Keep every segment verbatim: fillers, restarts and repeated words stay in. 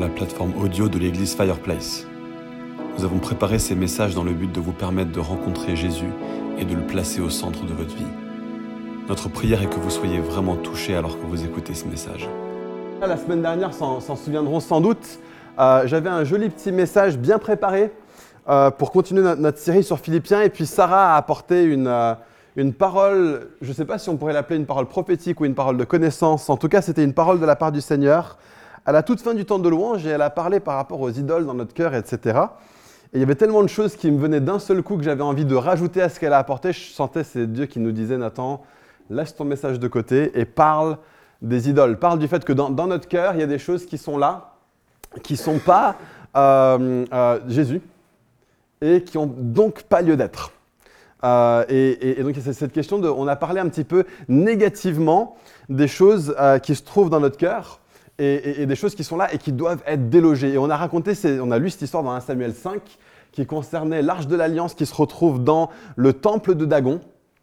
la plateforme audio de l'église Fireplace. Nous avons préparé ces messages dans le but de vous permettre de rencontrer Jésus et de le placer au centre de votre vie. Notre prière est que vous soyez vraiment touchés alors que vous écoutez ce message. La semaine dernière, s'en, s'en souviendront sans doute, euh, j'avais un joli petit message bien préparé euh, pour continuer notre, notre série sur Philippiens. Et puis Sarah a apporté une, euh, une parole, je ne sais pas si on pourrait l'appeler une parole prophétique ou une parole de connaissance. En tout cas, c'était une parole de la part du Seigneur à la toute fin du temps de louange, et elle a parlé par rapport aux idoles dans notre cœur, et cetera. Et il y avait tellement de choses qui me venaient d'un seul coup que j'avais envie de rajouter à ce qu'elle a apporté. Je sentais, c'est Dieu qui nous disait, Nathan, laisse ton message de côté et parle des idoles. Parle du fait que dans, dans notre cœur, il y a des choses qui sont là, qui ne sont pas euh, euh, Jésus, et qui n'ont donc pas lieu d'être. Euh, et, et, et donc, c'est cette question de, on a parlé un petit peu négativement des choses euh, qui se trouvent dans notre cœur, et, et, et des choses qui sont là et qui doivent être délogées. Et on a raconté, c'est, on a lu cette histoire dans un Samuel cinq, qui concernait l'Arche de l'Alliance qui se retrouve dans le temple de Dagon.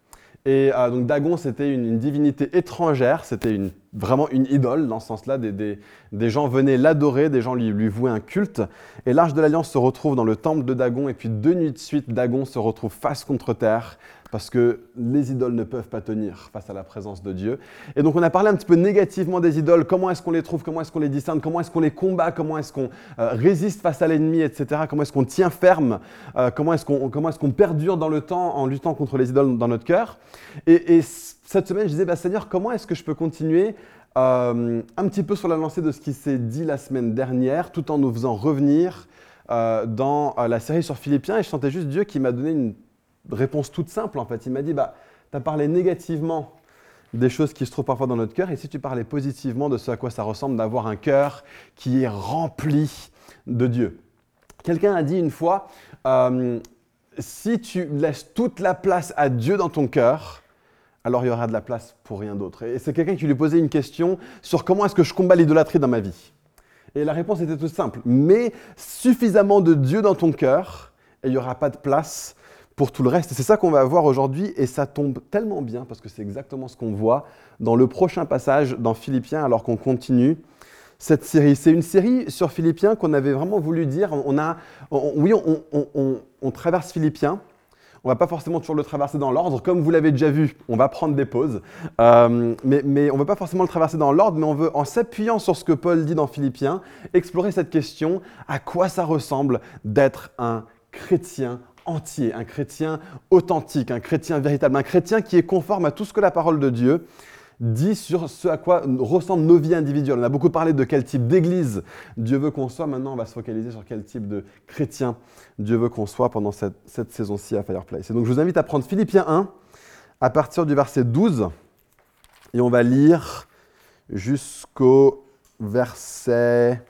Et euh, donc Dagon, c'était une, une divinité étrangère, c'était une, vraiment une idole dans ce sens-là. Des, des, des gens venaient l'adorer, des gens lui, lui vouaient un culte. Et l'Arche de l'Alliance se retrouve dans le temple de Dagon, et puis deux nuits de suite, Dagon se retrouve face contre terre, parce que les idoles ne peuvent pas tenir face à la présence de Dieu. Et donc on a parlé un petit peu négativement des idoles, comment est-ce qu'on les trouve, comment est-ce qu'on les discerne, comment est-ce qu'on les combat, comment est-ce qu'on euh, résiste face à l'ennemi, et cetera. Comment est-ce qu'on tient ferme, euh, comment est-ce qu'on, comment est-ce qu'on perdure dans le temps en luttant contre les idoles dans notre cœur. Et, et cette semaine, je disais, bah, Seigneur, comment est-ce que je peux continuer euh, un petit peu sur la lancée de ce qui s'est dit la semaine dernière, tout en nous faisant revenir euh, dans euh, la série sur Philippiens. Et je sentais juste Dieu qui m'a donné une réponse toute simple, en fait. Il m'a dit, bah, tu as parlé négativement des choses qui se trouvent parfois dans notre cœur, et si tu parlais positivement de ce à quoi ça ressemble d'avoir un cœur qui est rempli de Dieu. Quelqu'un a dit une fois, euh, si tu laisses toute la place à Dieu dans ton cœur, alors il y aura de la place pour rien d'autre. Et c'est quelqu'un qui lui posait une question sur comment est-ce que je combats l'idolâtrie dans ma vie. Et la réponse était toute simple, mets suffisamment de Dieu dans ton cœur, et il n'y aura pas de place pour tout le reste. Et c'est ça qu'on va voir aujourd'hui, et ça tombe tellement bien, parce que c'est exactement ce qu'on voit dans le prochain passage dans Philippiens, alors qu'on continue cette série. C'est une série sur Philippiens qu'on avait vraiment voulu dire. On a, on, oui, on, on, on, on traverse Philippiens. On ne va pas forcément toujours le traverser dans l'ordre. Comme vous l'avez déjà vu, on va prendre des pauses. Euh, mais, mais on ne veut pas forcément le traverser dans l'ordre, mais on veut, en s'appuyant sur ce que Paul dit dans Philippiens, explorer cette question, à quoi ça ressemble d'être un chrétien entier, un chrétien authentique, un chrétien véritable, un chrétien qui est conforme à tout ce que la parole de Dieu dit sur ce à quoi ressemblent nos vies individuelles. On a beaucoup parlé de quel type d'église Dieu veut qu'on soit. Maintenant, on va se focaliser sur quel type de chrétien Dieu veut qu'on soit pendant cette, cette saison-ci à Fireplace. Et donc, je vous invite à prendre Philippiens un, à partir du verset douze, et on va lire jusqu'au verset...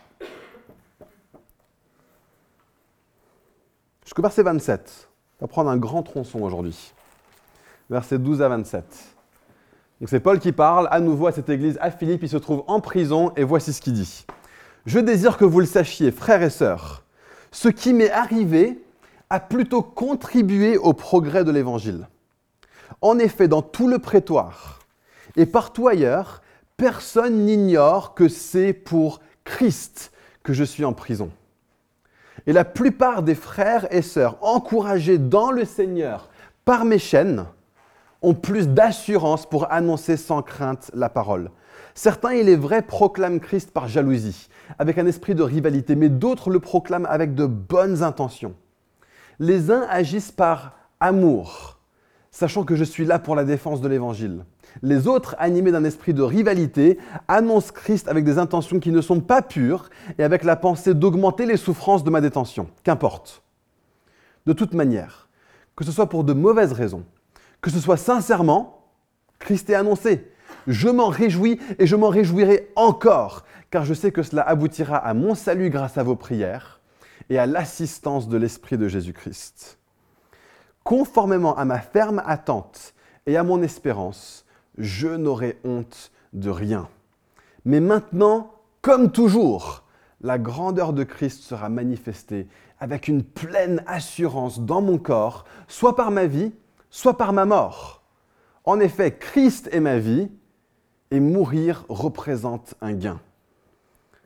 jusqu'au verset vingt-sept. On va prendre un grand tronçon aujourd'hui. Versets douze à vingt-sept. Donc c'est Paul qui parle à nouveau à cette église à Philippe. Il se trouve en prison et voici ce qu'il dit. « Je désire que vous le sachiez, frères et sœurs, ce qui m'est arrivé a plutôt contribué au progrès de l'évangile. En effet, dans tout le prétoire et partout ailleurs, personne n'ignore que c'est pour Christ que je suis en prison. Et la plupart des frères et sœurs, encouragés dans le Seigneur par mes chaînes, ont plus d'assurance pour annoncer sans crainte la parole. Certains, il est vrai, proclament Christ par jalousie, avec un esprit de rivalité, mais d'autres le proclament avec de bonnes intentions. Les uns agissent par amour, sachant que je suis là pour la défense de l'Évangile. Les autres, animés d'un esprit de rivalité, annoncent Christ avec des intentions qui ne sont pas pures et avec la pensée d'augmenter les souffrances de ma détention. Qu'importe. De toute manière, que ce soit pour de mauvaises raisons, que ce soit sincèrement, Christ est annoncé. Je m'en réjouis et je m'en réjouirai encore, car je sais que cela aboutira à mon salut grâce à vos prières et à l'assistance de l'Esprit de Jésus-Christ. Conformément à ma ferme attente et à mon espérance, je n'aurai honte de rien. Mais maintenant, comme toujours, la grandeur de Christ sera manifestée avec une pleine assurance dans mon corps, soit par ma vie, soit par ma mort. En effet, Christ est ma vie, et mourir représente un gain.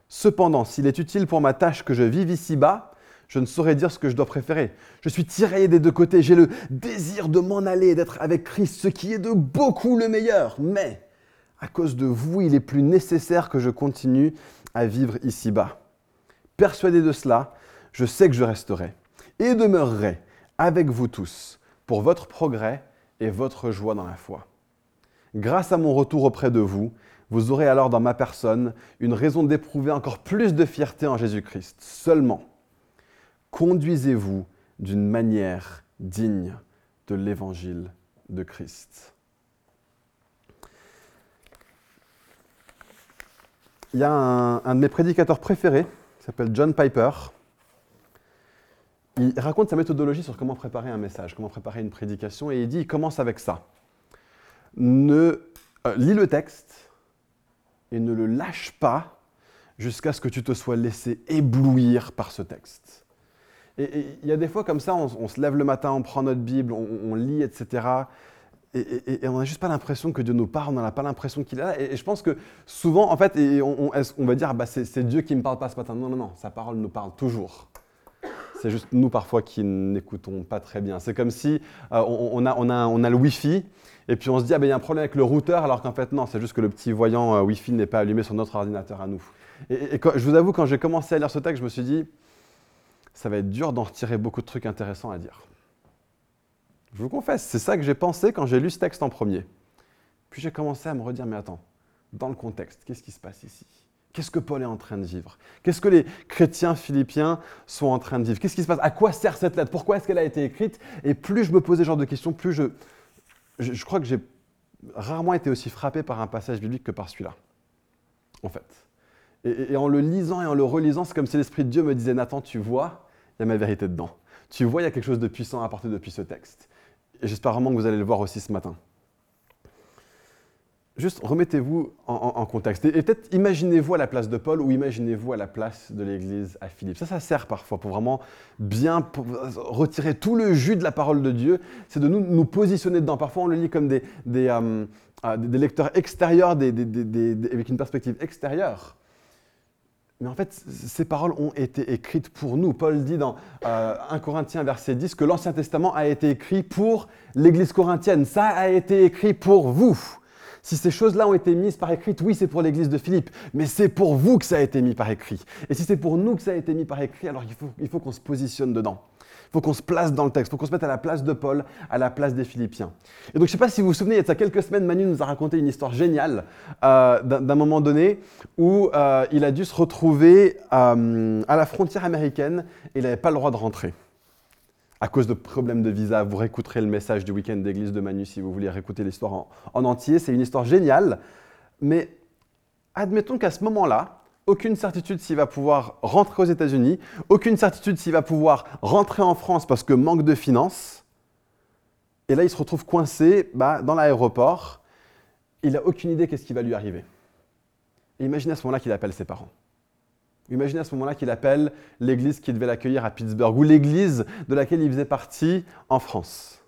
Cependant, s'il est utile pour ma tâche que je vive ici-bas, je ne saurais dire ce que je dois préférer. Je suis tiraillé des deux côtés. J'ai le désir de m'en aller et d'être avec Christ, ce qui est de beaucoup le meilleur. Mais à cause de vous, il est plus nécessaire que je continue à vivre ici-bas. Persuadé de cela, je sais que je resterai et demeurerai avec vous tous pour votre progrès et votre joie dans la foi. Grâce à mon retour auprès de vous, vous aurez alors dans ma personne une raison d'éprouver encore plus de fierté en Jésus-Christ. Seulement, conduisez-vous d'une manière digne de l'évangile de Christ. Il y a un, un de mes prédicateurs préférés, qui s'appelle John Piper. Il raconte sa méthodologie sur comment préparer un message, comment préparer une prédication, et il dit, il commence avec ça. Ne, euh, lis le texte et ne le lâche pas jusqu'à ce que tu te sois laissé éblouir par ce texte. Et il y a des fois comme ça, on, on se lève le matin, on prend notre Bible, on, on lit, et cetera. Et, et, et on n'a juste pas l'impression que Dieu nous parle, on n'a pas l'impression qu'il est là. Et, et je pense que souvent, en fait, et on, on, on va dire, bah, c'est, c'est Dieu qui ne me parle pas ce matin. Non, non, non, sa parole nous parle toujours. C'est juste nous, parfois, qui n'écoutons pas très bien. C'est comme si euh, on, on, a, on, a, on a le Wi-Fi, et puis on se dit, ah ben il y a un problème avec le routeur, alors qu'en fait, non, c'est juste que le petit voyant euh, Wi-Fi n'est pas allumé sur notre ordinateur à nous. Et, et quand, je vous avoue, quand j'ai commencé à lire ce texte, je me suis dit, ça va être dur d'en retirer beaucoup de trucs intéressants à dire. Je vous confesse, c'est ça que j'ai pensé quand j'ai lu ce texte en premier. Puis j'ai commencé à me redire, mais attends, dans le contexte, qu'est-ce qui se passe ici ? Qu'est-ce que Paul est en train de vivre ? Qu'est-ce que les chrétiens philippiens sont en train de vivre ? Qu'est-ce qui se passe ? À quoi sert cette lettre ? Pourquoi est-ce qu'elle a été écrite ? Et plus je me posais ce genre de questions, plus je, je, je crois que j'ai rarement été aussi frappé par un passage biblique que par celui-là, en fait. Et, et en le lisant et en le relisant, c'est comme si l'Esprit de Dieu me disait, Nathan, tu vois, il y a ma vérité dedans. Tu vois, il y a quelque chose de puissant à apporter depuis ce texte. Et j'espère vraiment que vous allez le voir aussi ce matin. Juste remettez-vous en, en, en contexte. Et, et peut-être imaginez-vous à la place de Paul ou imaginez-vous à la place de l'Église à Philippe. Ça, ça sert parfois pour vraiment bien pour retirer tout le jus de la parole de Dieu. C'est de nous, nous positionner dedans. Parfois, on le lit comme des, des, euh, des lecteurs extérieurs, des, des, des, des, des, avec une perspective extérieure. Mais en fait, ces paroles ont été écrites pour nous. Paul dit dans euh, un Corinthiens verset dix que l'Ancien Testament a été écrit pour l'Église corinthienne. Ça a été écrit pour vous. Si ces choses-là ont été mises par écrit, oui, c'est pour l'Église de Philippe, mais c'est pour vous que ça a été mis par écrit. Et si c'est pour nous que ça a été mis par écrit, alors il faut, il faut qu'on se positionne dedans. Il faut qu'on se place dans le texte, il faut qu'on se mette à la place de Paul, à la place des Philippiens. Et donc, je ne sais pas si vous vous souvenez, il y a quelques semaines, Manu nous a raconté une histoire géniale euh, d'un, d'un moment donné où euh, il a dû se retrouver euh, à la frontière américaine et il n'avait pas le droit de rentrer. À cause de problèmes de visa, vous réécouterez le message du week-end d'église de Manu si vous voulez réécouter l'histoire en, en entier. C'est une histoire géniale, mais admettons qu'à ce moment-là, aucune certitude s'il va pouvoir rentrer aux États-Unis, aucune certitude s'il va pouvoir rentrer en France parce que manque de finances. Et là, il se retrouve coincé bah, dans l'aéroport. Il n'a aucune idée qu'est-ce qui va lui arriver. Et imaginez à ce moment-là qu'il appelle ses parents. Imaginez à ce moment-là qu'il appelle l'église qui devait l'accueillir à Pittsburgh ou l'église de laquelle il faisait partie en France.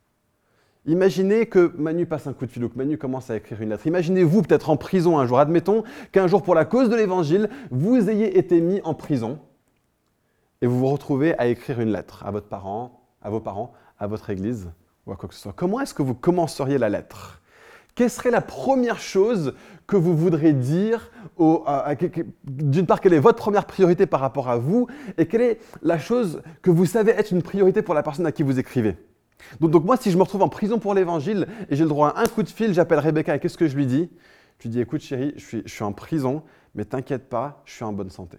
Imaginez que Manu passe un coup de fil ou que Manu commence à écrire une lettre. Imaginez-vous peut-être en prison un jour. Admettons qu'un jour, pour la cause de l'Évangile, vous ayez été mis en prison et vous vous retrouvez à écrire une lettre à votre parent, à vos parents, à votre église ou à quoi que ce soit. Comment est-ce que vous commenceriez la lettre ? Quelle serait la première chose que vous voudrez dire au, à, à, d'une part, quelle est votre première priorité par rapport à vous et quelle est la chose que vous savez être une priorité pour la personne à qui vous écrivez ? Donc, donc moi, si je me retrouve en prison pour l'Évangile et j'ai le droit à un coup de fil, j'appelle Rebecca et qu'est-ce que je lui dis ? Je lui dis, écoute chérie, je suis, je suis en prison, mais t'inquiète pas, je suis en bonne santé.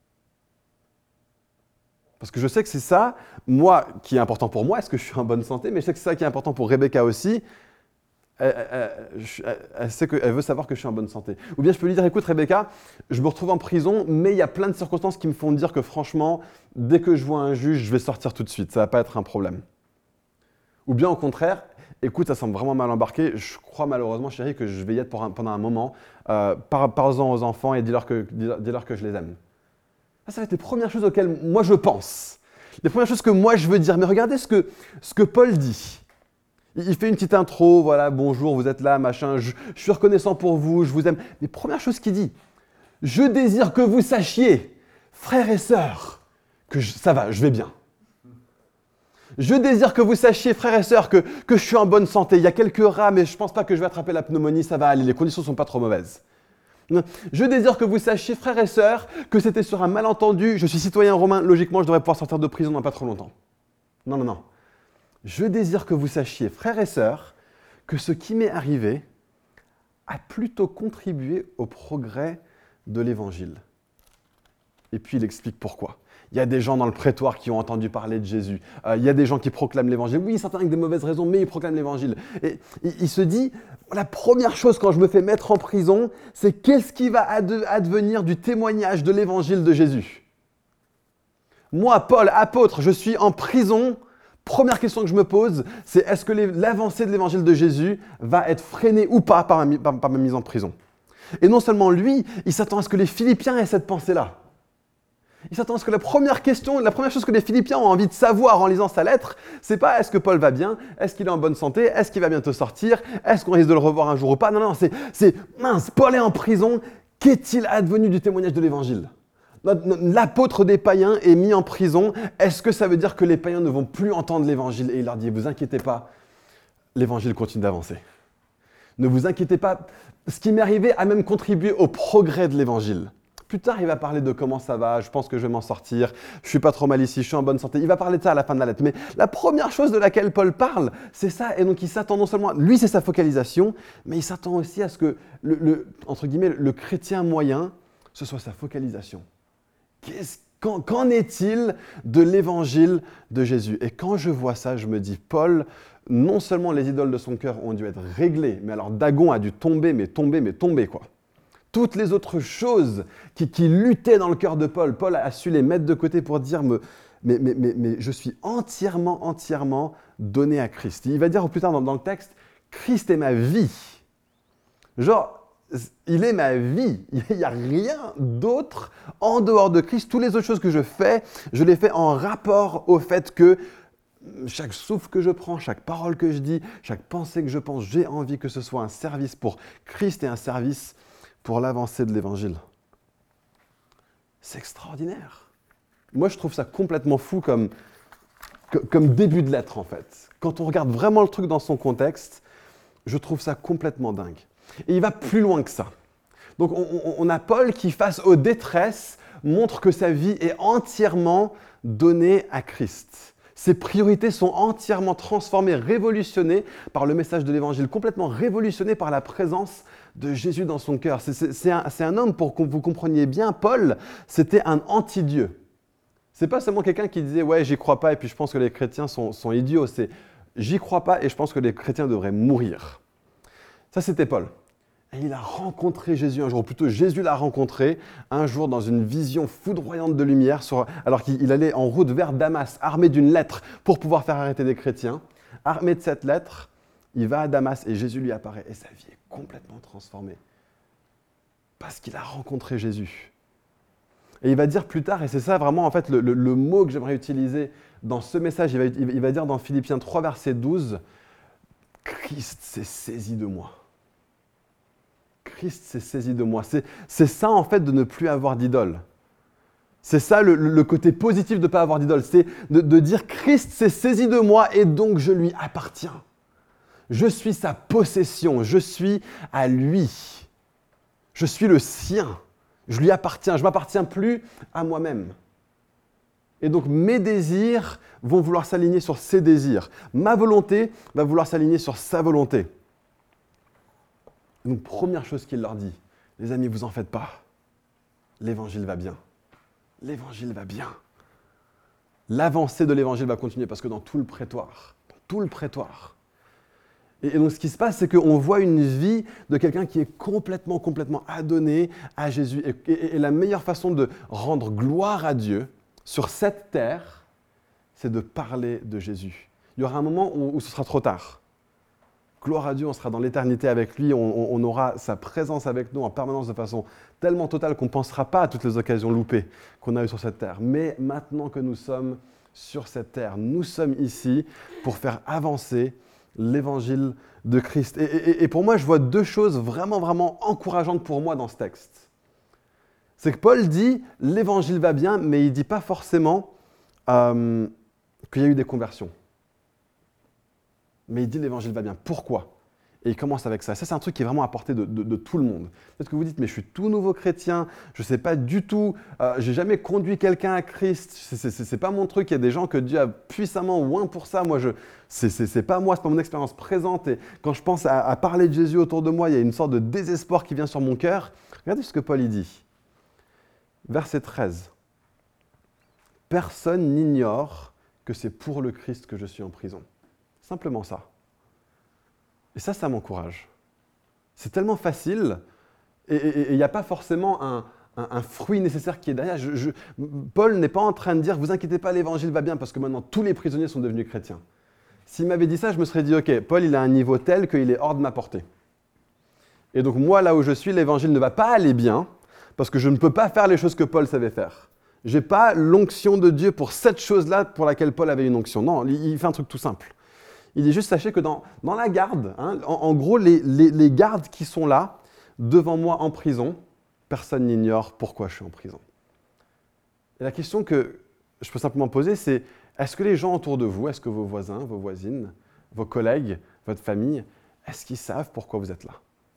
Parce que je sais que c'est ça, moi, qui est important pour moi, est-ce que je suis en bonne santé ? Mais je sais que c'est ça qui est important pour Rebecca aussi. Elle, elle, elle, elle sait qu'elle veut savoir que je suis en bonne santé. Ou bien je peux lui dire, écoute Rebecca, je me retrouve en prison, mais il y a plein de circonstances qui me font dire que franchement, dès que je vois un juge, je vais sortir tout de suite, ça ne va pas être un problème. Ou bien au contraire, écoute, ça semble vraiment mal embarqué, je crois malheureusement chérie que je vais y être pour un, pendant un moment, euh, parle-en aux enfants et dis-leur que, dis-leur que je les aime. Ça, ça va être les premières choses auxquelles moi je pense. Les premières choses que moi je veux dire. Mais regardez ce que, ce que Paul dit. Il fait une petite intro, voilà, bonjour, vous êtes là, machin, je, je suis reconnaissant pour vous, je vous aime. Mais première chose qu'il dit, Je désire que vous sachiez, frères et sœurs, que je, ça va, je vais bien. Je désire que vous sachiez, frères et sœurs, que, que je suis en bonne santé. Il y a quelques rats, mais je ne pense pas que je vais attraper la pneumonie, ça va aller, les conditions ne sont pas trop mauvaises. Je désire que vous sachiez, frères et sœurs, que c'était sur un malentendu. Je suis citoyen romain, logiquement, je devrais pouvoir sortir de prison dans pas trop longtemps. Non, non, non. Je désire que vous sachiez, frères et sœurs, que ce qui m'est arrivé a plutôt contribué au progrès de l'Évangile. Et puis il explique pourquoi. Il y a des gens dans le prétoire qui ont entendu parler de Jésus. Euh, il y a des gens qui proclament l'Évangile. Oui, certains avec des mauvaises raisons, mais ils proclament l'Évangile. Et il, il se dit, la première chose quand je me fais mettre en prison, c'est qu'est-ce qui va advenir du témoignage de l'Évangile de Jésus. Moi, Paul, apôtre, je suis en prison. Première question que je me pose, c'est est-ce que les, l'avancée de l'Évangile de Jésus va être freinée ou pas par ma, par, par ma mise en prison? Et non seulement lui, il s'attend à ce que les Philippiens aient cette pensée-là. Il s'attend à ce que la première question, la première chose que les Philippiens ont envie de savoir en lisant sa lettre, c'est pas est-ce que Paul va bien, est-ce qu'il est en bonne santé, est-ce qu'il va bientôt sortir, est-ce qu'on risque de le revoir un jour ou pas. Non, non, c'est, c'est mince, Paul est en prison, qu'est-il advenu du témoignage de l'Évangile? L'apôtre des païens est mis en prison, est-ce que ça veut dire que les païens ne vont plus entendre l'Évangile? Et il leur dit, vous inquiétez pas, l'Évangile continue d'avancer. Ne vous inquiétez pas, ce qui m'est arrivé a même contribué au progrès de l'Évangile. Plus tard, il va parler de comment ça va, je pense que je vais m'en sortir, je suis pas trop mal ici, je suis en bonne santé. Il va parler de ça à la fin de la lettre. Mais la première chose de laquelle Paul parle, c'est ça. Et donc, il s'attend non seulement, lui, c'est sa focalisation, mais il s'attend aussi à ce que, le, le, entre guillemets, le chrétien moyen, ce soit sa focalisation. Qu'est-ce, qu'en, qu'en est-il de l'évangile de Jésus? Et quand je vois ça, je me dis, Paul, non seulement les idoles de son cœur ont dû être réglées, mais alors Dagon a dû tomber, mais tomber, mais tomber, quoi. Toutes les autres choses qui, qui luttaient dans le cœur de Paul, Paul a su les mettre de côté pour dire mais, mais, mais, mais, mais je suis entièrement, entièrement donné à Christ. Il va dire plus tard dans, dans le texte, Christ est ma vie. Genre, il est ma vie. Il n'y a rien d'autre en dehors de Christ. Toutes les autres choses que je fais, je les fais en rapport au fait que chaque souffle que je prends, chaque parole que je dis, chaque pensée que je pense, j'ai envie que ce soit un service pour Christ et un service pour l'avancée de l'Évangile. C'est extraordinaire. Moi, je trouve ça complètement fou comme, comme début de lettre, en fait. Quand on regarde vraiment le truc dans son contexte, je trouve ça complètement dingue. Et il va plus loin que ça. Donc, on, on a Paul qui, face aux détresses, montre que sa vie est entièrement donnée à Christ. Ses priorités sont entièrement transformées, révolutionnées par le message de l'Évangile, complètement révolutionnées par la présence de Jésus dans son cœur. C'est, c'est, c'est, un, c'est un homme, pour que vous compreniez bien, Paul, c'était un anti-Dieu. C'est pas seulement quelqu'un qui disait « ouais, j'y crois pas et puis je pense que les chrétiens sont, sont idiots », c'est « j'y crois pas et je pense que les chrétiens devraient mourir ». Ça, c'était Paul. Et il a rencontré Jésus un jour, ou plutôt Jésus l'a rencontré un jour dans une vision foudroyante de lumière, sur, alors qu'il allait en route vers Damas, armé d'une lettre pour pouvoir faire arrêter des chrétiens. Armé de cette lettre, il va à Damas et Jésus lui apparaît et sa vie est complètement transformée. Parce qu'il a rencontré Jésus. Et il va dire plus tard, et c'est ça vraiment en fait le, le, le mot que j'aimerais utiliser dans ce message, il va, il va dire dans Philippiens trois, verset douze, « Christ s'est saisi de moi ». Christ s'est saisi de moi. C'est, c'est ça en fait de ne plus avoir d'idole. C'est ça le, le côté positif de ne pas avoir d'idole. C'est de, de dire Christ s'est saisi de moi et donc je lui appartiens. Je suis sa possession, je suis à lui. Je suis le sien. Je lui appartiens, je ne m'appartiens plus à moi-même. Et donc mes désirs vont vouloir s'aligner sur ses désirs. Ma volonté va vouloir s'aligner sur sa volonté. Donc, première chose qu'il leur dit, les amis, vous en faites pas. L'évangile va bien. L'évangile va bien. L'avancée de l'évangile va continuer parce que dans tout le prétoire, dans tout le prétoire. Et, et donc, ce qui se passe, c'est qu'on voit une vie de quelqu'un qui est complètement, complètement adonné à Jésus. Et, et, et la meilleure façon de rendre gloire à Dieu sur cette terre, c'est de parler de Jésus. Il y aura un moment où, où ce sera trop tard. Gloire à Dieu, on sera dans l'éternité avec lui, on, on aura sa présence avec nous en permanence de façon tellement totale qu'on ne pensera pas à toutes les occasions loupées qu'on a eues sur cette terre. Mais maintenant que nous sommes sur cette terre, nous sommes ici pour faire avancer l'évangile de Christ. Et, et, et pour moi, je vois deux choses vraiment, vraiment encourageantes pour moi dans ce texte. C'est que Paul dit « l'évangile va bien », mais il ne dit pas forcément euh, qu'il y a eu des conversions. Mais il dit « l'évangile va bien ». Pourquoi ? Et il commence avec ça. Ça, c'est un truc qui est vraiment à portée de, de, de tout le monde. Peut-être que vous dites « mais je suis tout nouveau chrétien, je ne sais pas du tout, euh, je n'ai jamais conduit quelqu'un à Christ, ce n'est pas mon truc, il y a des gens que Dieu a puissamment oint pour ça, moi, ce n'est pas moi, ce n'est pas mon expérience présente. Et quand je pense à, à parler de Jésus autour de moi, il y a une sorte de désespoir qui vient sur mon cœur. » Regardez ce que Paul y dit. Verset treize. « Personne n'ignore que c'est pour le Christ que je suis en prison. » Simplement ça. Et ça, ça m'encourage. C'est tellement facile et il n'y a pas forcément un, un, un fruit nécessaire qui est derrière. Je, je, Paul n'est pas en train de dire « vous inquiétez pas, l'évangile va bien parce que maintenant tous les prisonniers sont devenus chrétiens ». S'il m'avait dit ça, je me serais dit « ok, Paul il a un niveau tel qu'il est hors de ma portée. Et donc moi, là où je suis, l'évangile ne va pas aller bien parce que je ne peux pas faire les choses que Paul savait faire. Je n'ai pas l'onction de Dieu pour cette chose-là pour laquelle Paul avait une onction. Non, il fait un truc tout simple. Il dit juste, sachez que dans, dans la garde, hein, en, en gros, les, les, les gardes qui sont là, devant moi en prison, personne n'ignore pourquoi je suis en prison. Et la question que je peux simplement poser, c'est est-ce que les gens autour de vous, est-ce que vos voisins, vos voisines, vos collègues, votre famille, est-ce qu'ils savent pourquoi vous êtes là ?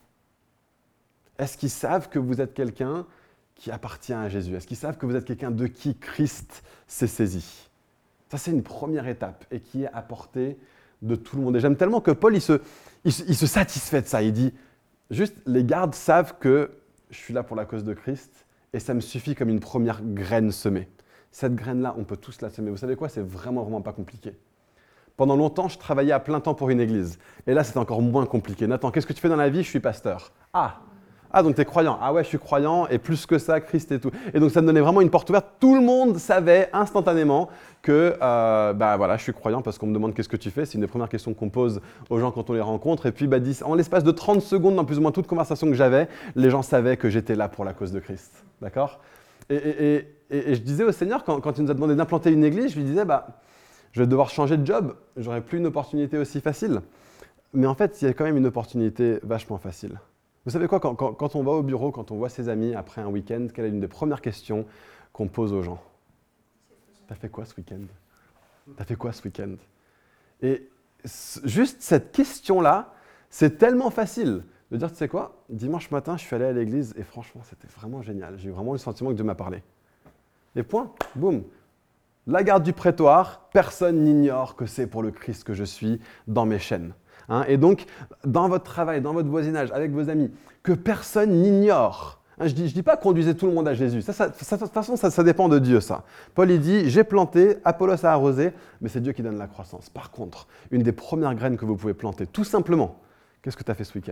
Est-ce qu'ils savent que vous êtes quelqu'un qui appartient à Jésus ? Est-ce qu'ils savent que vous êtes quelqu'un de qui Christ s'est saisi ? Ça, c'est une première étape et qui est à portée de tout le monde. Et j'aime tellement que Paul, il se, il, se, il se satisfait de ça. Il dit, juste, les gardes savent que je suis là pour la cause de Christ et ça me suffit comme une première graine semée. Cette graine-là, on peut tous la semer. Vous savez quoi ? C'est vraiment, vraiment pas compliqué. Pendant longtemps, je travaillais à plein temps pour une église. Et là, c'est encore moins compliqué. Nathan, qu'est-ce que tu fais dans la vie ? Je suis pasteur. Ah Ah, donc tu es croyant. Ah ouais, je suis croyant, et plus que ça, Christ et tout. Et donc ça me donnait vraiment une porte ouverte. Tout le monde savait instantanément que euh, bah, voilà, je suis croyant parce qu'on me demande qu'est-ce que tu fais. C'est une des premières questions qu'on pose aux gens quand on les rencontre. Et puis bah, en l'espace de trente secondes, dans plus ou moins toute conversation que j'avais, les gens savaient que j'étais là pour la cause de Christ. D'accord ? et, et, et, et, et je disais au Seigneur, quand, quand il nous a demandé d'implanter une église, je lui disais, bah, je vais devoir changer de job. J'aurais plus une opportunité aussi facile. Mais en fait, il y a quand même une opportunité vachement facile. Vous savez quoi, quand, quand, quand on va au bureau, quand on voit ses amis après un week-end, quelle est une des premières questions qu'on pose aux gens ? T'as fait quoi ce week-end ? T'as fait quoi ce week-end ? Et juste cette question-là, c'est tellement facile de dire, tu sais quoi, dimanche matin, je suis allé à l'église et franchement, c'était vraiment génial. J'ai eu vraiment le sentiment que Dieu m'a parlé. Et point, boum. La garde du prétoire, personne n'ignore que c'est pour le Christ que je suis dans mes chaînes. Hein, et donc, dans votre travail, dans votre voisinage, avec vos amis, que personne n'ignore. Hein, je ne dis, je dis pas conduisez tout le monde à Jésus. Ça, ça, ça, de toute façon, ça, ça dépend de Dieu, ça. Paul, il dit, j'ai planté, Apollos a arrosé, mais c'est Dieu qui donne la croissance. Par contre, une des premières graines que vous pouvez planter, tout simplement, qu'est-ce que tu as fait ce week-end ?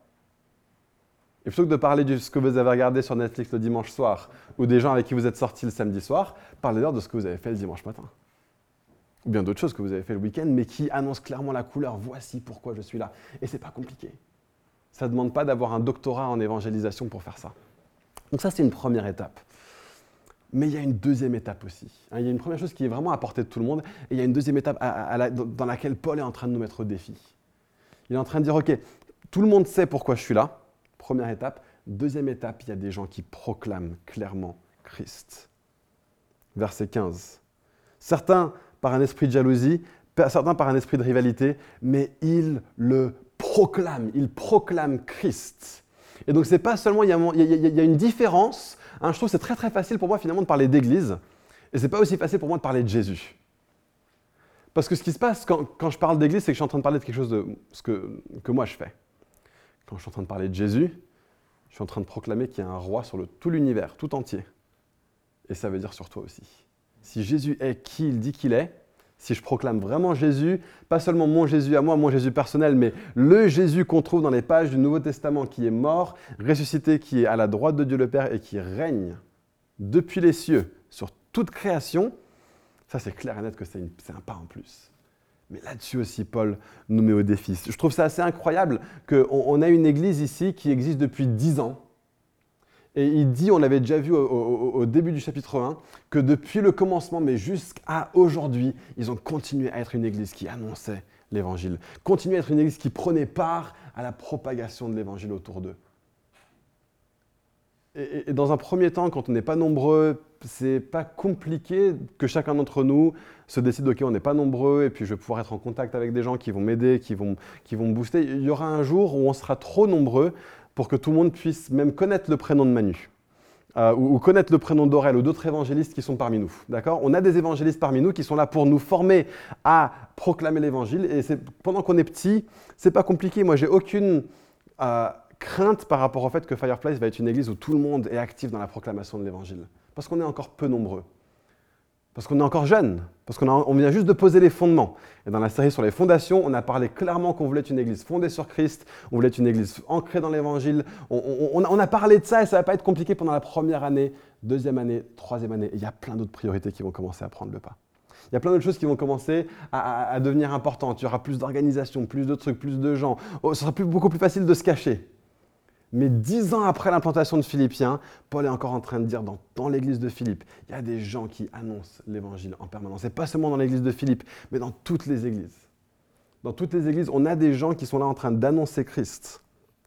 Et plutôt que de parler de ce que vous avez regardé sur Netflix le dimanche soir, ou des gens avec qui vous êtes sortis le samedi soir, parlez-leur de ce que vous avez fait le dimanche matin. Ou bien d'autres choses que vous avez fait le week-end, mais qui annoncent clairement la couleur. Voici pourquoi je suis là. Et ce n'est pas compliqué. Ça ne demande pas d'avoir un doctorat en évangélisation pour faire ça. Donc ça, c'est une première étape. Mais il y a une deuxième étape aussi. Il y a une première chose qui est vraiment à portée de tout le monde, et il y a une deuxième étape à, à, à la, dans laquelle Paul est en train de nous mettre au défi. Il est en train de dire, ok, tout le monde sait pourquoi je suis là. Première étape. Deuxième étape, il y a des gens qui proclament clairement Christ. Verset quinze. Certains par un esprit de jalousie, certains par un esprit de rivalité, mais ils le proclament, ils proclament Christ. Et donc, c'est pas seulement, il y a, il y a, il y a une différence, hein, je trouve que c'est très très facile pour moi finalement de parler d'église, et c'est pas aussi facile pour moi de parler de Jésus. Parce que ce qui se passe quand, quand je parle d'église, c'est que je suis en train de parler de quelque chose de, ce que, que moi je fais. Quand je suis en train de parler de Jésus, je suis en train de proclamer qu'il y a un roi sur le, tout l'univers, tout entier. Et ça veut dire sur toi aussi. Si Jésus est qui il dit qu'il est, si je proclame vraiment Jésus, pas seulement mon Jésus à moi, mon Jésus personnel, mais le Jésus qu'on trouve dans les pages du Nouveau Testament, qui est mort, ressuscité, qui est à la droite de Dieu le Père et qui règne depuis les cieux sur toute création, ça c'est clair et net que c'est, une, c'est un pas en plus. Mais là-dessus aussi, Paul nous met au défi. Je trouve ça assez incroyable qu'on on a une église ici qui existe depuis dix ans. Et il dit, on l'avait déjà vu au, au, au début du chapitre un, que depuis le commencement, mais jusqu'à aujourd'hui, ils ont continué à être une église qui annonçait l'évangile, continué à être une église qui prenait part à la propagation de l'évangile autour d'eux. et, et dans un premier temps, quand on n'est pas nombreux, c'est pas compliqué que chacun d'entre nous se décide, ok, on n'est pas nombreux, et puis je vais pouvoir être en contact avec des gens qui vont m'aider, qui vont, qui vont me booster. Il y aura un jour où on sera trop nombreux pour que tout le monde puisse même connaître le prénom de Manu. Euh, ou, ou connaître le prénom d'Aurel ou d'autres évangélistes qui sont parmi nous. D'accord ? On a des évangélistes parmi nous qui sont là pour nous former à proclamer l'évangile. Et c'est, pendant qu'on est petit, c'est pas compliqué. Moi, j'ai aucune euh, crainte par rapport au fait que Fireplace va être une église où tout le monde est actif dans la proclamation de l'évangile. Parce qu'on est encore peu nombreux. Parce qu'on est encore jeune. Parce qu'on a, on vient juste de poser les fondements. Et dans la série sur les fondations, on a parlé clairement qu'on voulait être une église fondée sur Christ, on voulait être une église ancrée dans l'évangile. On, on, on a parlé de ça et ça ne va pas être compliqué pendant la première année, deuxième année, troisième année. Et il y a plein d'autres priorités qui vont commencer à prendre le pas. Il y a plein d'autres choses qui vont commencer à, à, à devenir importantes. Il y aura plus d'organisation, plus de trucs, plus de gens. Oh, ce sera plus, beaucoup plus facile de se cacher. Mais dix ans après l'implantation de Philippiens, Paul est encore en train de dire dans, dans l'église de Philippe, il y a des gens qui annoncent l'évangile en permanence. Et pas seulement dans l'église de Philippe, mais dans toutes les églises. Dans toutes les églises, on a des gens qui sont là en train d'annoncer Christ.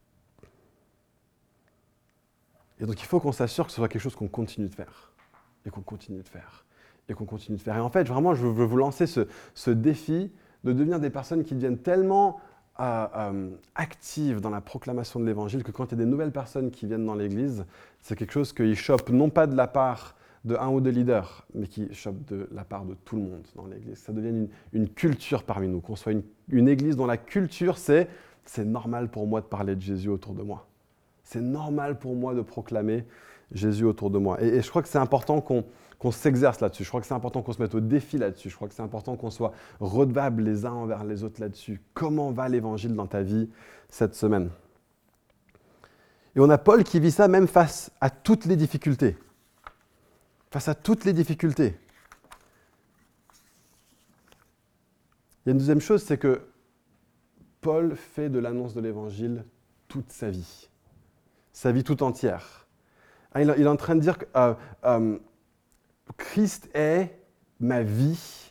Et donc il faut qu'on s'assure que ce soit quelque chose qu'on continue de faire. Et qu'on continue de faire. Et qu'on continue de faire. Et en fait, vraiment, je veux vous lancer ce, ce défi de devenir des personnes qui deviennent tellement Euh, euh, active dans la proclamation de l'évangile, que quand il y a des nouvelles personnes qui viennent dans l'église, c'est quelque chose qu'ils chopent non pas de la part de un ou deux leaders, mais qui chopent de la part de tout le monde dans l'église. Ça devient une, une culture parmi nous, qu'on soit une, une église dont la culture c'est « c'est normal pour moi de parler de Jésus autour de moi ». C'est normal pour moi de proclamer Jésus autour de moi. Et, et je crois que c'est important qu'on qu'on s'exerce là-dessus. Je crois que c'est important qu'on se mette au défi là-dessus. Je crois que c'est important qu'on soit redevables les uns envers les autres là-dessus. Comment va l'évangile dans ta vie cette semaine ? Et on a Paul qui vit ça même face à toutes les difficultés. Face à toutes les difficultés. Il y a une deuxième chose, c'est que Paul fait de l'annonce de l'évangile toute sa vie. Sa vie tout entière. Il est en train de dire que euh, euh, Christ est ma vie.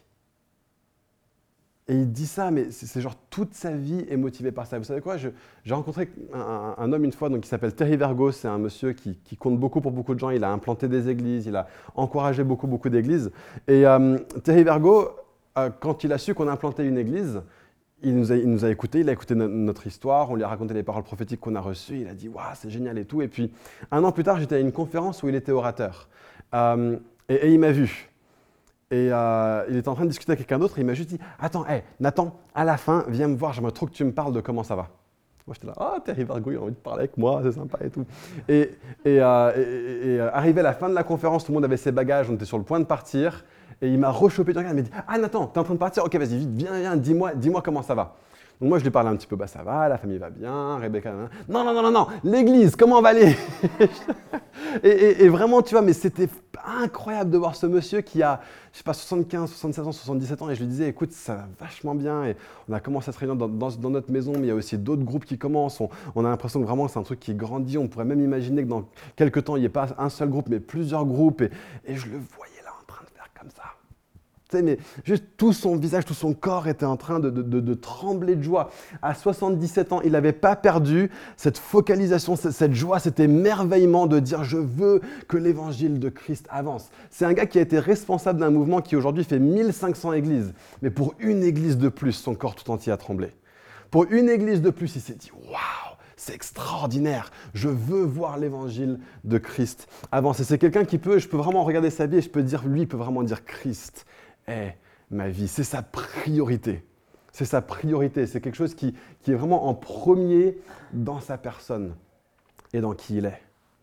Et il dit ça, mais c'est, c'est genre toute sa vie est motivée par ça. Vous savez quoi, je, j'ai rencontré un, un, un homme une fois donc, qui s'appelle Terry Virgo. C'est un monsieur qui, qui compte beaucoup pour beaucoup de gens. Il a implanté des églises, il a encouragé beaucoup, beaucoup d'églises. Et euh, Terry Virgo, euh, quand il a su qu'on implantait une église, il nous, a, il nous a écoutés, il a écouté no- notre histoire, on lui a raconté les paroles prophétiques qu'on a reçues. Il a dit « Waouh, c'est génial et tout ». Et puis, un an plus tard, j'étais à une conférence où il était orateur. Euh, Et, et il m'a vu. Et euh, il était en train de discuter avec quelqu'un d'autre et il m'a juste dit « Attends, hey, Nathan, à la fin, viens me voir, j'aimerais trop que tu me parles de comment ça va. » Moi, j'étais là « Ah, oh, Terry Virgo, il a envie de parler avec moi, c'est sympa et tout. » Et, et, euh, et, et, et arrivé à la fin de la conférence, tout le monde avait ses bagages, on était sur le point de partir. Et il m'a rechopé du regard, il m'a dit « Ah, Nathan, t'es en train de partir? Ok, vas-y, vite, viens, viens, dis-moi, dis-moi comment ça va. » Donc moi, je lui parlais un petit peu, bah ça va, la famille va bien, Rebecca, non, non, non, non, non, l'église, comment on va aller? et, et, et vraiment, tu vois, mais c'était incroyable de voir ce monsieur qui a, je sais pas, soixante-quinze, soixante-seize ans, soixante-dix-sept ans, et je lui disais, écoute, ça va vachement bien, et on a commencé à se réunir dans, dans, dans notre maison, mais il y a aussi d'autres groupes qui commencent, on, on a l'impression que vraiment c'est un truc qui grandit, on pourrait même imaginer que dans quelques temps, il n'y ait pas un seul groupe, mais plusieurs groupes, et, et je le voyais là en train de faire comme ça. Mais juste tout son visage, tout son corps était en train de, de, de, de trembler de joie. À soixante-dix-sept ans, il n'avait pas perdu cette focalisation, cette joie, cet émerveillement de dire « je veux que l'évangile de Christ avance ». C'est un gars qui a été responsable d'un mouvement qui aujourd'hui fait mille cinq cents églises. Mais pour une église de plus, son corps tout entier a tremblé. Pour une église de plus, il s'est dit « waouh ». C'est extraordinaire. Je veux voir l'évangile de Christ avancer. C'est quelqu'un qui peut, je peux vraiment regarder sa vie et je peux dire, lui, il peut vraiment dire Christ est ma vie. C'est sa priorité. C'est sa priorité. C'est quelque chose qui, qui est vraiment en premier dans sa personne et dans qui il est.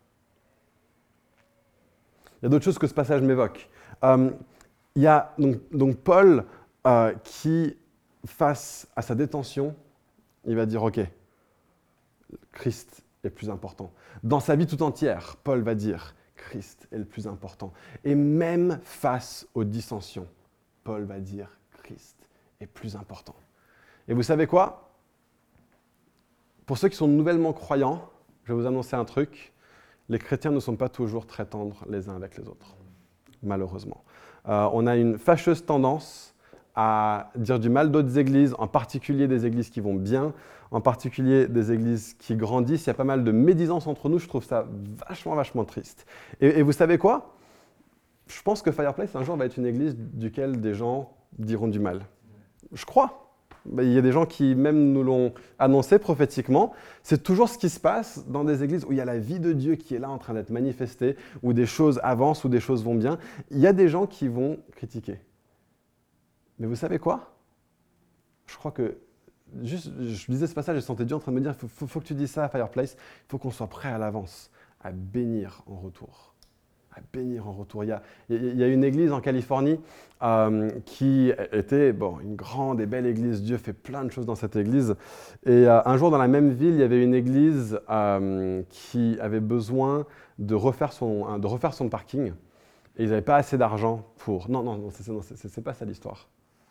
Il y a d'autres choses que ce passage m'évoque. Euh, il y a donc, donc Paul euh, qui, face à sa détention, il va dire « Ok, Christ est plus important. » Dans sa vie tout entière, Paul va dire « Christ est le plus important. » Et même face aux dissensions, Paul va dire « Christ est plus important. » Et vous savez quoi? Pour ceux qui sont nouvellement croyants, je vais vous annoncer un truc. Les chrétiens ne sont pas toujours très tendres les uns avec les autres, malheureusement. Euh, on a une fâcheuse tendance à à dire du mal d'autres églises, en particulier des églises qui vont bien, en particulier des églises qui grandissent. Il y a pas mal de médisance entre nous, je trouve ça vachement, vachement triste. Et, et vous savez quoi? Je pense que Fireplace, un jour, va être une église duquel des gens diront du mal. Je crois. Il y a des gens qui même nous l'ont annoncé prophétiquement. C'est toujours ce qui se passe dans des églises où il y a la vie de Dieu qui est là en train d'être manifestée, où des choses avancent, où des choses vont bien. Il y a des gens qui vont critiquer. Mais vous savez quoi? Je crois que, juste, je lisais ce passage et je sentais Dieu en train de me dire, il faut, faut que tu dises ça à Fireplace, il faut qu'on soit prêt à l'avance, à bénir en retour. À bénir en retour. Il y a, il y a une église en Californie euh, qui était bon, une grande et belle église. Dieu fait plein de choses dans cette église. Et euh, un jour, dans la même ville, il y avait une église euh, qui avait besoin de refaire son, de refaire son parking. Et ils n'avaient pas assez d'argent pour... Non, non, non, c'est, non, c'est, c'est pas ça l'histoire.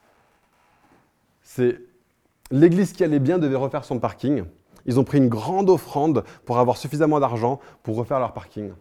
C'est l'église qui allait bien devait refaire son parking. Ils ont pris une grande offrande pour avoir suffisamment d'argent pour refaire leur parking.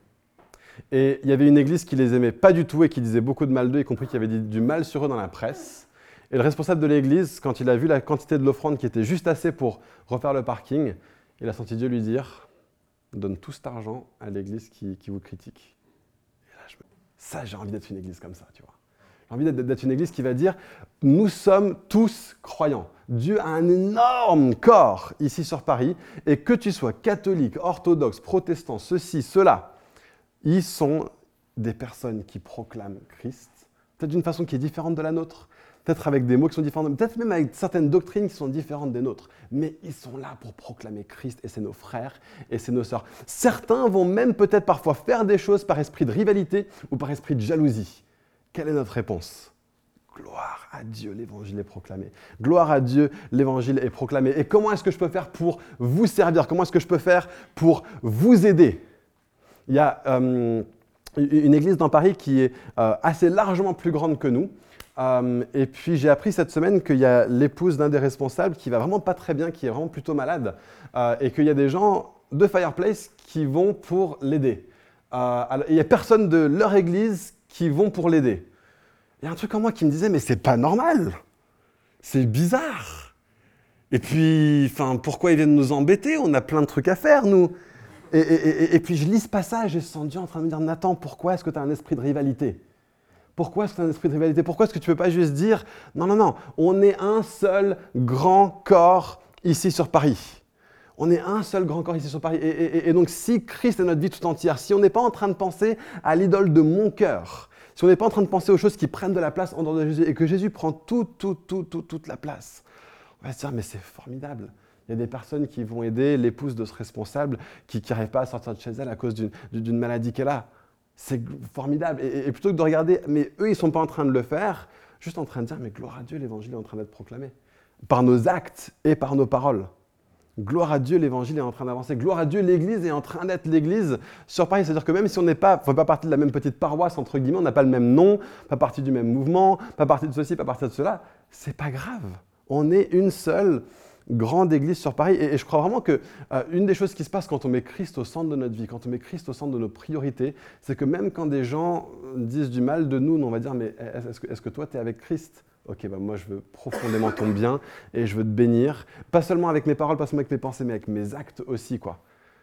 Et il y avait une église qui les aimait pas du tout et qui disait beaucoup de mal d'eux, y compris qui avait dit du mal sur eux dans la presse. Et le responsable de l'église, quand il a vu la quantité de l'offrande qui était juste assez pour refaire le parking, il a senti Dieu lui dire « Donne tout cet argent à l'église qui, qui vous critique. » Et là, je me... ça, j'ai envie d'être une église comme ça, tu vois. J'ai envie d'être, d'être une église qui va dire « Nous sommes tous croyants. Dieu a un énorme corps ici sur Paris, et que tu sois catholique, orthodoxe, protestant, ceci, cela, ils sont des personnes qui proclament Christ, peut-être d'une façon qui est différente de la nôtre, peut-être avec des mots qui sont différents, peut-être même avec certaines doctrines qui sont différentes des nôtres, mais ils sont là pour proclamer Christ, et c'est nos frères et c'est nos sœurs. Certains vont même peut-être parfois faire des choses par esprit de rivalité ou par esprit de jalousie. Quelle est notre réponse? Gloire à Dieu, l'évangile est proclamé. Gloire à Dieu, l'évangile est proclamé. Et comment est-ce que je peux faire pour vous servir? Comment est-ce que je peux faire pour vous aider? Il y a euh, une église dans Paris qui est euh, assez largement plus grande que nous. Euh, et puis j'ai appris cette semaine qu'il y a l'épouse d'un des responsables qui va vraiment pas très bien, qui est vraiment plutôt malade, euh, et qu'il y a des gens de Fireplace qui vont pour l'aider. Euh, alors, il n'y a personne de leur église qui vont pour l'aider. Il y a un truc en moi qui me disait, mais c'est pas normal, c'est bizarre. Et puis, pourquoi ils viennent nous embêter? On a plein de trucs à faire, nous. Et, et, et, et puis je lis ce passage et je sens Dieu en train de me dire, Nathan, pourquoi est-ce que tu as un esprit de rivalité? Pourquoi est-ce que tu as un esprit de rivalité? Pourquoi est-ce que tu ne peux pas juste dire, non, non, non, on est un seul grand corps ici sur Paris. On est un seul grand corps ici sur Paris. Et, et, et donc si Christ est notre vie tout entière, si on n'est pas en train de penser à l'idole de mon cœur, si on n'est pas en train de penser aux choses qui prennent de la place en dehors de Jésus et que Jésus prend tout, tout, tout, tout, toute la place, on va se dire, mais c'est formidable. Il y a des personnes qui vont aider l'épouse de ce responsable qui n'arrive pas à sortir de chez elle à cause d'une, d'une maladie qu'elle a. C'est formidable. Et, et plutôt que de regarder, mais eux, ils ne sont pas en train de le faire, juste en train de dire, mais gloire à Dieu, l'évangile est en train d'être proclamé. Par nos actes et par nos paroles. Gloire à Dieu, l'évangile est en train d'avancer. Gloire à Dieu, l'église est en train d'être l'église sur Paris. C'est-à-dire que même si on n'est pas, fait pas partie de la même petite paroisse, entre guillemets, on n'a pas le même nom, pas partie du même mouvement, pas partie de ceci, pas partie de cela, c'est pas grave. On est une seule grande église sur Paris. Et, et je crois vraiment qu'une euh, des choses qui se passe quand on met Christ au centre de notre vie, quand on met Christ au centre de nos priorités, c'est que même quand des gens disent du mal de nous, on va dire, mais est-ce que, est-ce que toi, tu es avec Christ? Ok, bah moi, je veux profondément ton bien et je veux te bénir. Pas seulement avec mes paroles, pas seulement avec mes pensées, mais avec mes actes aussi, quoi.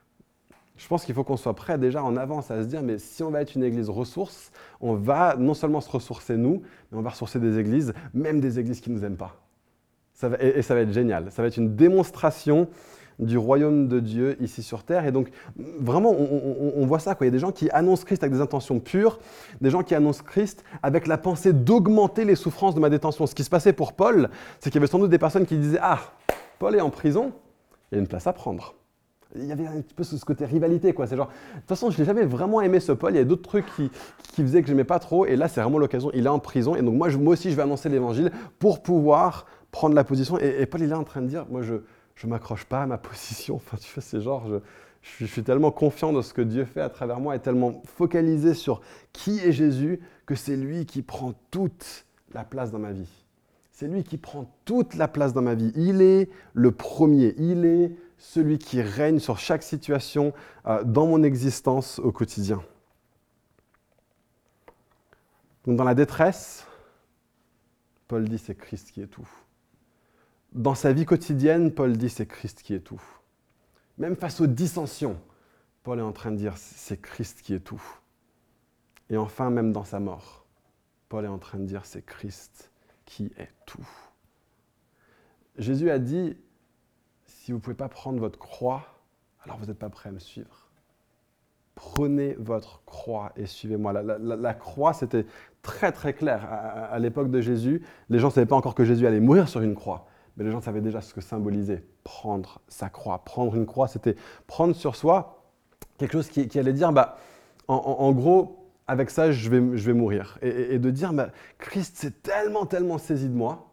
Je pense qu'il faut qu'on soit prêt déjà en avance à se dire, mais si on va être une église ressource, on va non seulement se ressourcer nous, mais on va ressourcer des églises, même des églises qui ne nous aiment pas. Ça va, et, et ça va être génial. Ça va être une démonstration du royaume de Dieu ici sur terre. Et donc, vraiment, on, on, on voit ça, quoi. Il y a des gens qui annoncent Christ avec des intentions pures, des gens qui annoncent Christ avec la pensée d'augmenter les souffrances de ma détention. Ce qui se passait pour Paul, c'est qu'il y avait sans doute des personnes qui disaient « Ah, Paul est en prison, il y a une place à prendre ». Il y avait un petit peu ce côté rivalité, quoi. C'est genre, de toute façon, je n'ai jamais vraiment aimé ce Paul. Il y a d'autres trucs qui, qui faisaient que je n'aimais pas trop. Et là, c'est vraiment l'occasion. Il est en prison. Et donc, moi, je, moi aussi, je vais annoncer l'évangile pour pouvoir prendre la position. Et, et Paul, il est en train de dire, moi, je ne m'accroche pas à ma position. Enfin, tu vois, c'est genre, je, je, suis, je suis tellement confiant de ce que Dieu fait à travers moi et tellement focalisé sur qui est Jésus que c'est lui qui prend toute la place dans ma vie. C'est lui qui prend toute la place dans ma vie. Il est le premier. Il est celui qui règne sur chaque situation euh, dans mon existence au quotidien. Donc dans la détresse, Paul dit c'est Christ qui est tout. Dans sa vie quotidienne, Paul dit c'est Christ qui est tout. Même face aux dissensions, Paul est en train de dire c'est Christ qui est tout. Et enfin, même dans sa mort, Paul est en train de dire c'est Christ qui est tout. Jésus a dit, si vous ne pouvez pas prendre votre croix, alors vous n'êtes pas prêt à me suivre. Prenez votre croix et suivez-moi. La, la, la, la croix, c'était très très clair. À, à, à l'époque de Jésus, les gens ne savaient pas encore que Jésus allait mourir sur une croix, mais les gens savaient déjà ce que symbolisait prendre sa croix. Prendre une croix, c'était prendre sur soi quelque chose qui, qui allait dire, bah, en, en, en gros, avec ça, je vais, je vais mourir. Et, et, et de dire, bah, Christ s'est tellement, tellement saisi de moi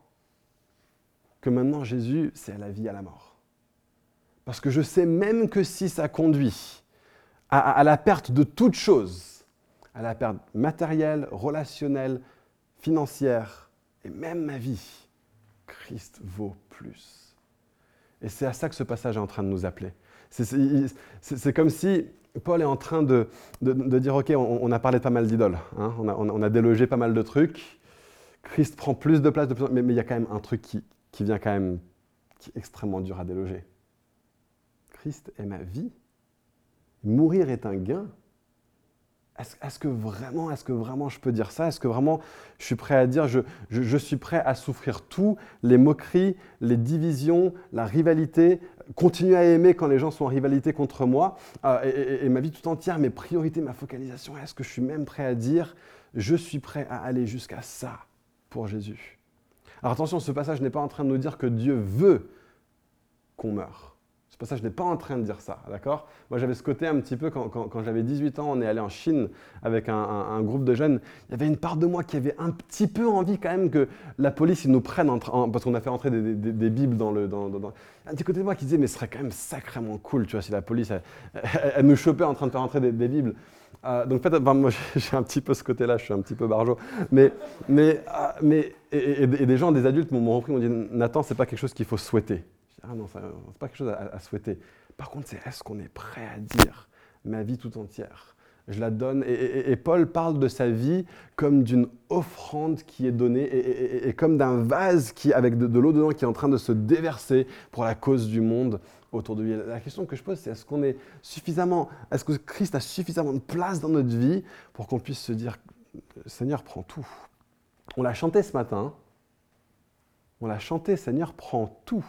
que maintenant, Jésus, c'est à la vie, à la mort. Parce que je sais même que si ça conduit à, à, à la perte de toute chose, à la perte matérielle, relationnelle, financière, et même ma vie, Christ vaut plus. Et c'est à ça que ce passage est en train de nous appeler. C'est, c'est, c'est, c'est comme si Paul est en train de, de, de dire, ok, on, on a parlé de pas mal d'idoles, hein, on, a, on a délogé pas mal de trucs, Christ prend plus de place, de plus, mais, mais il y a quand même un truc qui, qui vient quand même, qui est extrêmement dur à déloger. Christ est ma vie. Mourir est un gain. Est-ce, est-ce que vraiment, est-ce que vraiment je peux dire ça? Est-ce que vraiment je suis prêt à dire, je, je, je suis prêt à souffrir tout, les moqueries, les divisions, la rivalité, continuer à aimer quand les gens sont en rivalité contre moi, euh, et, et, et ma vie tout entière, mes priorités, ma focalisation, est-ce que je suis même prêt à dire, je suis prêt à aller jusqu'à ça pour Jésus? Alors attention, ce passage n'est pas en train de nous dire que Dieu veut qu'on meure. Ce passage n'est pas en train de dire ça, d'accord? Moi, j'avais ce côté un petit peu, quand, quand, quand j'avais dix-huit ans, on est allé en Chine avec un, un, un groupe de jeunes. Il y avait une part de moi qui avait un petit peu envie quand même que la police ils nous prenne, en, en, parce qu'on a fait entrer des, des, des bibles dans le... Dans, dans, dans... Un petit côté de moi qui disait, mais ce serait quand même sacrément cool, tu vois, si la police, elle, elle, elle nous chopait en train de faire entrer des, des bibles. Euh, donc en fait, enfin, moi, j'ai un petit peu ce côté-là, je suis un petit peu barjot. Mais, mais, euh, mais et, et, et des gens, des adultes m'ont repris, m'ont dit, Nathan, c'est pas quelque chose qu'il faut souhaiter. Ah non, ce n'est pas quelque chose à, à souhaiter. Par contre, c'est est-ce qu'on est prêt à dire ma vie tout entière? Je la donne. Et, et, et Paul parle de sa vie comme d'une offrande qui est donnée et, et, et comme d'un vase qui, avec de, de l'eau dedans qui est en train de se déverser pour la cause du monde autour de lui. La question que je pose, c'est est-ce qu'on est suffisamment, est-ce que Christ a suffisamment de place dans notre vie pour qu'on puisse se dire Seigneur, prends tout. On l'a chanté ce matin. On l'a chanté, Seigneur, prends tout.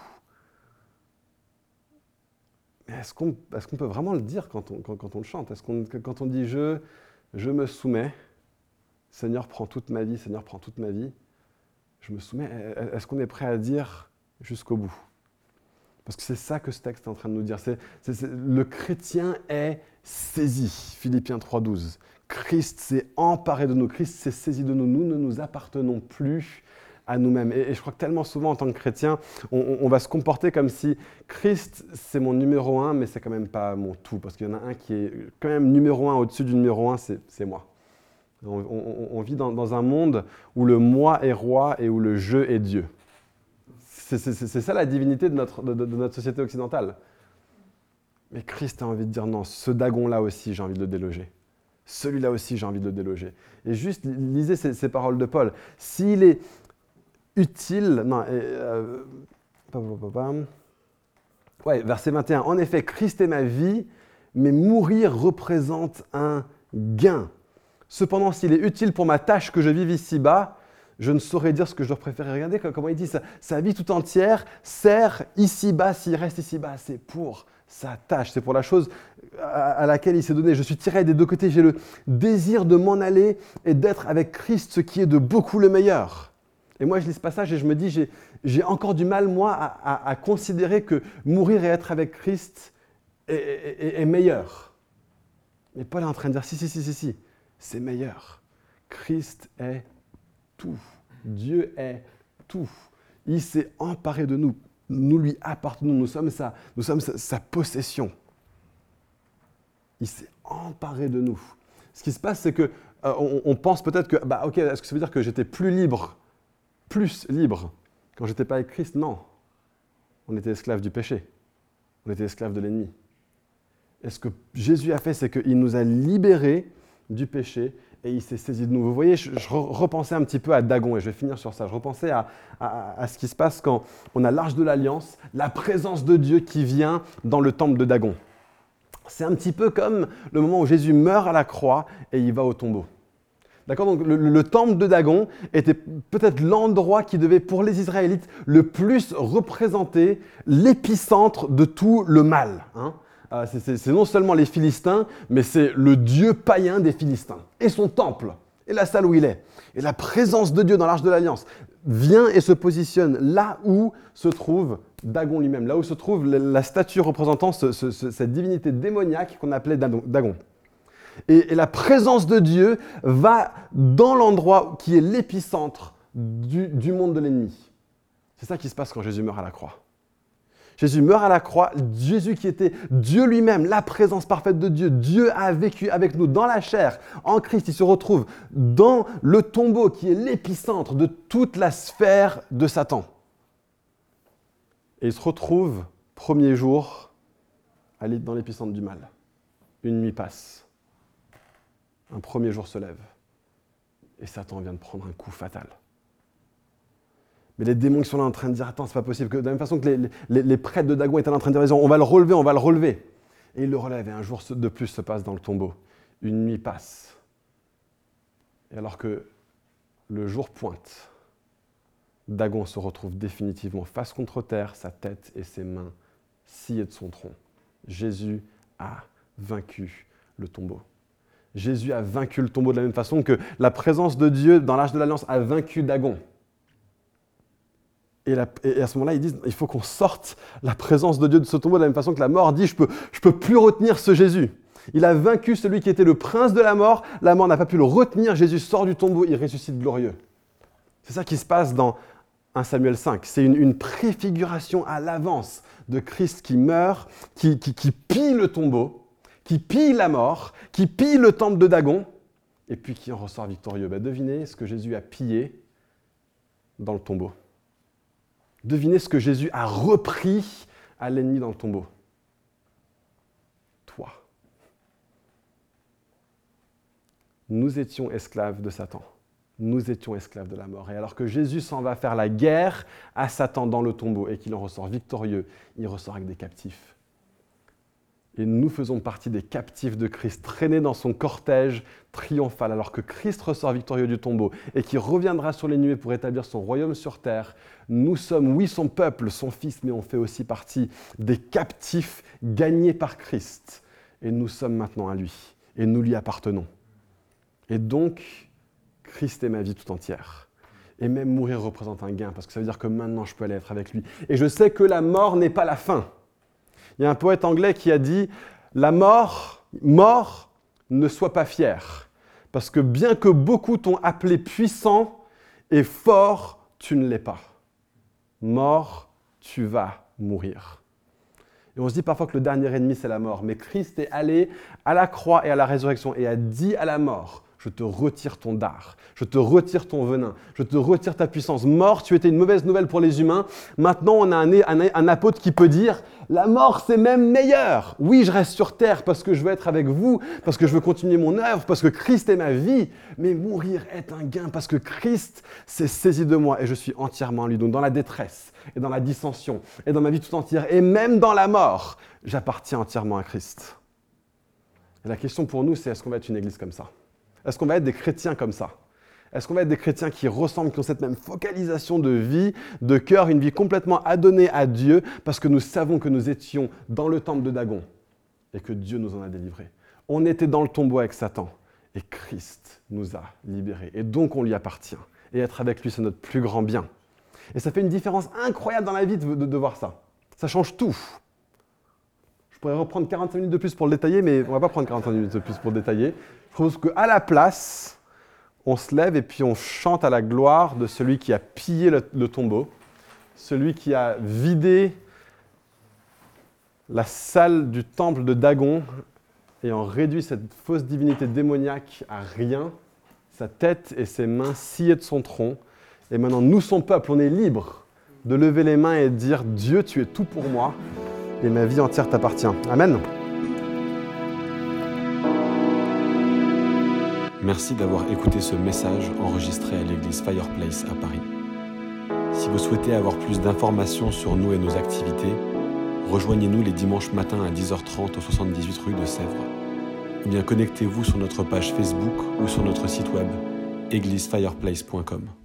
Mais est-ce qu'on, est-ce qu'on peut vraiment le dire quand on, quand, quand on le chante? Est-ce qu'on, quand on dit je, je me soumets, Seigneur prends toute ma vie, Seigneur prends toute ma vie, je me soumets, est-ce qu'on est prêt à dire jusqu'au bout? Parce que c'est ça que ce texte est en train de nous dire. C'est, c'est, c'est, le chrétien est saisi, Philippiens trois douze. Christ s'est emparé de nous, Christ s'est saisi de nous, nous ne nous appartenons plus à nous-mêmes. Et, et je crois que tellement souvent, en tant que chrétien, on, on va se comporter comme si Christ, c'est mon numéro un, mais c'est quand même pas mon tout, parce qu'il y en a un qui est quand même numéro un au-dessus du numéro un, c'est, c'est moi. On, on, on vit dans, dans un monde où le moi est roi et où le je est Dieu. C'est, c'est, c'est ça la divinité de notre, de, de notre société occidentale. Mais Christ a envie de dire non, ce dagon-là aussi, j'ai envie de le déloger. Celui-là aussi, j'ai envie de le déloger. Et juste, lisez ces, ces paroles de Paul. S'il est utile, non, euh, euh, ouais, verset vingt et un. En effet, Christ est ma vie, mais mourir représente un gain. Cependant, s'il est utile pour ma tâche que je vive ici-bas, je ne saurais dire ce que je dois préférer. Regardez comment il dit ça. Sa vie tout entière sert ici-bas, s'il reste ici-bas, c'est pour sa tâche, c'est pour la chose à laquelle il s'est donné. Je suis tiré des deux côtés, j'ai le désir de m'en aller et d'être avec Christ, ce qui est de beaucoup le meilleur. Et moi, je lis ce passage et je me dis, j'ai, j'ai encore du mal, moi, à, à, à considérer que mourir et être avec Christ est, est, est meilleur. Mais Paul est en train de dire, si, si, si, si, si, c'est meilleur. Christ est tout. Dieu est tout. Il s'est emparé de nous. Nous lui appartenons. Nous sommes sa, nous sommes sa, sa possession. Il s'est emparé de nous. Ce qui se passe, c'est qu'on euh, on pense peut-être que, bah, ok, est-ce que ça veut dire que j'étais plus libre plus libre quand j'étais pas avec Christ? Non. On était esclaves du péché. On était esclaves de l'ennemi. Et ce que Jésus a fait, c'est qu'il nous a libérés du péché et il s'est saisi de nous. Vous voyez, je, je repensais un petit peu à Dagon, et je vais finir sur ça. Je repensais à, à, à ce qui se passe quand on a l'Arche de l'Alliance, la présence de Dieu qui vient dans le temple de Dagon. C'est un petit peu comme le moment où Jésus meurt à la croix et il va au tombeau. D'accord ? Donc le, le temple de Dagon était peut-être l'endroit qui devait, pour les Israélites, le plus représenter l'épicentre de tout le mal. Hein ? euh, c'est, c'est, c'est non seulement les Philistins, mais c'est le dieu païen des Philistins. Et son temple, et la salle où il est. Et la présence de Dieu dans l'Arche de l'Alliance vient et se positionne là où se trouve Dagon lui-même, là où se trouve la, la statue représentant ce, ce, ce, cette divinité démoniaque qu'on appelait Dagon. Et, et la présence de Dieu va dans l'endroit qui est l'épicentre du, du monde de l'ennemi. C'est ça qui se passe quand Jésus meurt à la croix. Jésus meurt à la croix, Jésus qui était Dieu lui-même, la présence parfaite de Dieu. Dieu a vécu avec nous dans la chair, en Christ. Il se retrouve dans le tombeau qui est l'épicentre de toute la sphère de Satan. Et il se retrouve, premier jour, dans l'épicentre du mal. Une nuit passe. Un premier jour se lève et Satan vient de prendre un coup fatal. Mais les démons qui sont là en train de dire « Attends, c'est pas possible », que de la même façon que les, les, les prêtres de Dagon étaient là en train de dire « On va le relever, on va le relever ». Et il le relève et un jour de plus se passe dans le tombeau. Une nuit passe. Et alors que le jour pointe, Dagon se retrouve définitivement face contre terre, sa tête et ses mains sciées de son tronc. Jésus a vaincu le tombeau. Jésus a vaincu le tombeau de la même façon que la présence de Dieu dans l'Arche de l'Alliance a vaincu Dagon. Et, la, et à ce moment-là, ils disent il faut qu'on sorte la présence de Dieu de ce tombeau de la même façon que la mort dit je peux, je peux plus retenir ce Jésus. Il a vaincu celui qui était le prince de la mort. La mort n'a pas pu le retenir. Jésus sort du tombeau, il ressuscite glorieux. C'est ça qui se passe dans premier Samuel cinq. C'est une, une préfiguration à l'avance de Christ qui meurt, qui, qui, qui pille le tombeau, qui pille la mort, qui pille le temple de Dagon, et puis qui en ressort victorieux. Ben, devinez ce que Jésus a pillé dans le tombeau. Devinez ce que Jésus a repris à l'ennemi dans le tombeau. Toi. Nous étions esclaves de Satan. Nous étions esclaves de la mort. Et alors que Jésus s'en va faire la guerre à Satan dans le tombeau et qu'il en ressort victorieux, il ressort avec des captifs. Et nous faisons partie des captifs de Christ, traînés dans son cortège triomphal, alors que Christ ressort victorieux du tombeau et qui reviendra sur les nuées pour établir son royaume sur terre. Nous sommes, oui, son peuple, son fils, mais on fait aussi partie des captifs gagnés par Christ. Et nous sommes maintenant à lui, et nous lui appartenons. Et donc, Christ est ma vie tout entière. Et même mourir représente un gain, parce que ça veut dire que maintenant je peux aller être avec lui. Et je sais que la mort n'est pas la fin. Il y a un poète anglais qui a dit « La mort, mort, ne sois pas fier, parce que bien que beaucoup t'ont appelé puissant et fort, tu ne l'es pas. Mort, tu vas mourir. » Et on se dit parfois que le dernier ennemi, c'est la mort. Mais Christ est allé à la croix et à la résurrection et a dit à la mort « Je te retire ton dard, je te retire ton venin, je te retire ta puissance. Mort, tu étais une mauvaise nouvelle pour les humains. Maintenant, on a un, un, un apôtre qui peut dire « La mort, c'est même meilleur. Oui, je reste sur terre parce que je veux être avec vous, parce que je veux continuer mon œuvre, parce que Christ est ma vie. Mais mourir est un gain parce que Christ s'est saisi de moi et je suis entièrement en lui. » Donc dans la détresse et dans la dissension et dans ma vie tout entière et même dans la mort, j'appartiens entièrement à Christ. Et la question pour nous, c'est est-ce qu'on va être une église comme ça ? Est-ce qu'on va être des chrétiens comme ça ? Est-ce qu'on va être des chrétiens qui ressemblent, qui ont cette même focalisation de vie, de cœur, une vie complètement adonnée à Dieu, parce que nous savons que nous étions dans le temple de Dagon et que Dieu nous en a délivrés. On était dans le tombeau avec Satan et Christ nous a libérés. Et donc on lui appartient. Et être avec lui, c'est notre plus grand bien. Et ça fait une différence incroyable dans la vie de, de, de voir ça. Ça change tout. Je pourrais reprendre quarante-cinq minutes de plus pour le détailler, mais on ne va pas prendre quarante-cinq minutes de plus pour le détailler. Je pense qu'à la place, on se lève et puis on chante à la gloire de celui qui a pillé le, le tombeau, celui qui a vidé la salle du temple de Dagon et en réduit cette fausse divinité démoniaque à rien, sa tête et ses mains sciées de son tronc. Et maintenant, nous, son peuple, on est libre de lever les mains et de dire « Dieu, tu es tout pour moi et ma vie entière t'appartient. » Amen. Merci d'avoir écouté ce message enregistré à l'église Fireplace à Paris. Si vous souhaitez avoir plus d'informations sur nous et nos activités, rejoignez-nous les dimanches matins à dix heures trente au soixante-dix-huit rue de Sèvres. Ou bien connectez-vous sur notre page Facebook ou sur notre site web église fireplace point com.